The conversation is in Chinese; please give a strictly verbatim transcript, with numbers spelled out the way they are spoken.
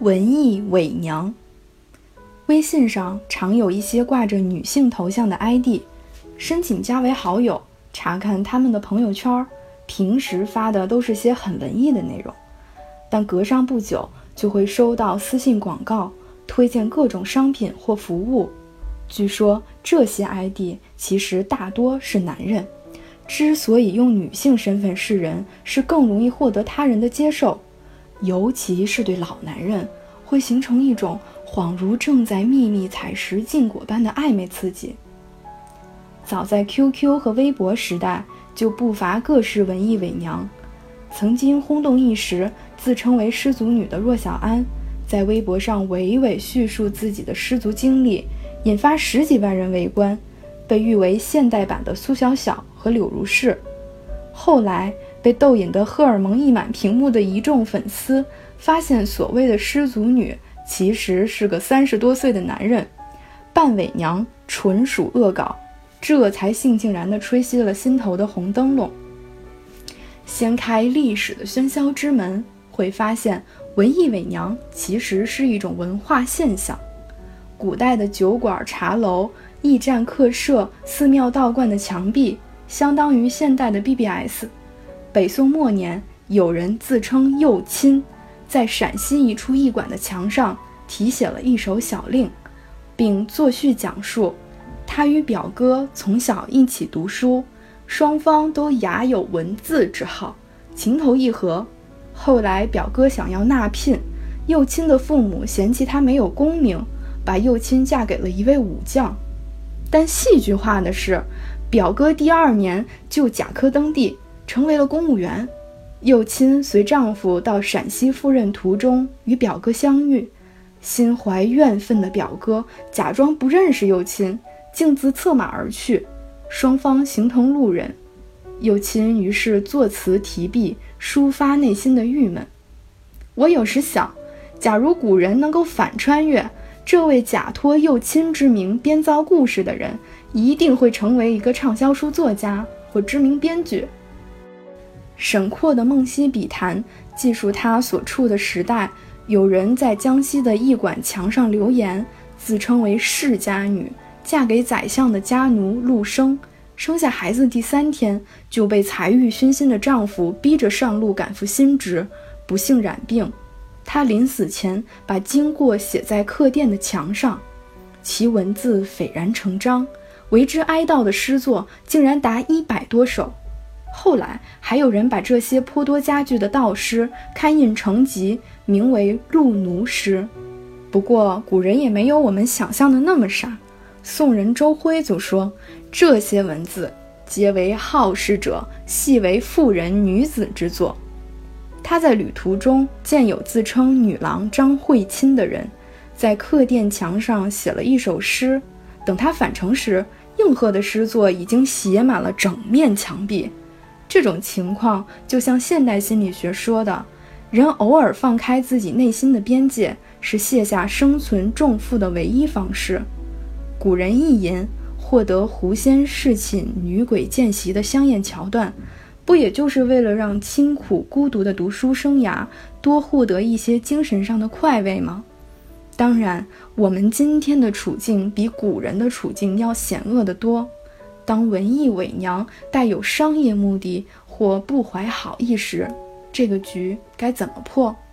文艺伪娘。微信上常有一些挂着女性头像的 I D， 申请加为好友，查看他们的朋友圈，平时发的都是些很文艺的内容，但隔上不久就会收到私信广告，推荐各种商品或服务。据说这些 I D 其实大多是男人，之所以用女性身份示人，是更容易获得他人的接受，尤其是对老男人，会形成一种恍如正在秘密采食禁果般的暧昧刺激。早在 Q Q 和微博时代，就不乏各式文艺伪娘。曾经轰动一时，自称为失足女的若小安，在微博上娓娓叙述自己的失足经历，引发十几万人围观，被誉为现代版的苏小小和柳如是。后来被逗引得荷尔蒙溢满屏幕的一众粉丝，发现所谓的失足女其实是个三十多岁的男人，扮伪娘纯属恶搞，这才悻悻然地吹熄了心头的红灯笼。掀开历史的喧嚣之门，会发现文艺伪娘其实是一种文化现象。古代的酒馆、茶楼、驿站、客舍、寺庙、道观的墙壁，相当于现代的 B B S。 北宋末年，有人自称右亲，在陕西一处驿馆的墙上题写了一首小令，并作序讲述他与表哥从小一起读书，双方都雅有文字之好，情投意合。后来表哥想要纳聘，右亲的父母嫌弃他没有功名，把右亲嫁给了一位武将。但戏剧化的是，表哥第二年就甲科登第，成为了公务员。右亲随丈夫到陕西赴任途中与表哥相遇，心怀怨愤的表哥假装不认识右亲，径自策马而去，双方形同路人。右亲于是作词题壁，抒发内心的郁闷。我有时想，假如古人能够反穿越，这位假托右亲之名编造故事的人，一定会成为一个畅销书作家或知名编剧。沈括的《梦溪笔谈》记述他所处的时代，有人在江西的驿馆墙上留言，自称为世家女，嫁给宰相的家奴陆生，生下孩子第三天就被财欲熏心的丈夫逼着上路赶赴新职，不幸染病。她临死前把经过写在客店的墙上，其文字斐然成章，为之哀悼的诗作竟然达一百多首。后来还有人把这些颇多佳句的悼诗刊印成集，名为《陆奴诗》。不过古人也没有我们想象的那么傻，宋人周辉就说，这些文字皆为好事者系为妇人女子之作。他在旅途中见有自称女郎张惠钦的人，在客店墙上写了一首诗，等他返程时，应和的诗作已经写满了整面墙壁。这种情况就像现代心理学说的，人偶尔放开自己内心的边界，是卸下生存重负的唯一方式。古人意淫获得狐仙侍寝、女鬼见习的香艳桥段，不也就是为了让清苦孤独的读书生涯多获得一些精神上的快慰吗？当然，我们今天的处境比古人的处境要险恶得多。当文艺伪娘带有商业目的或不怀好意时，这个局该怎么破？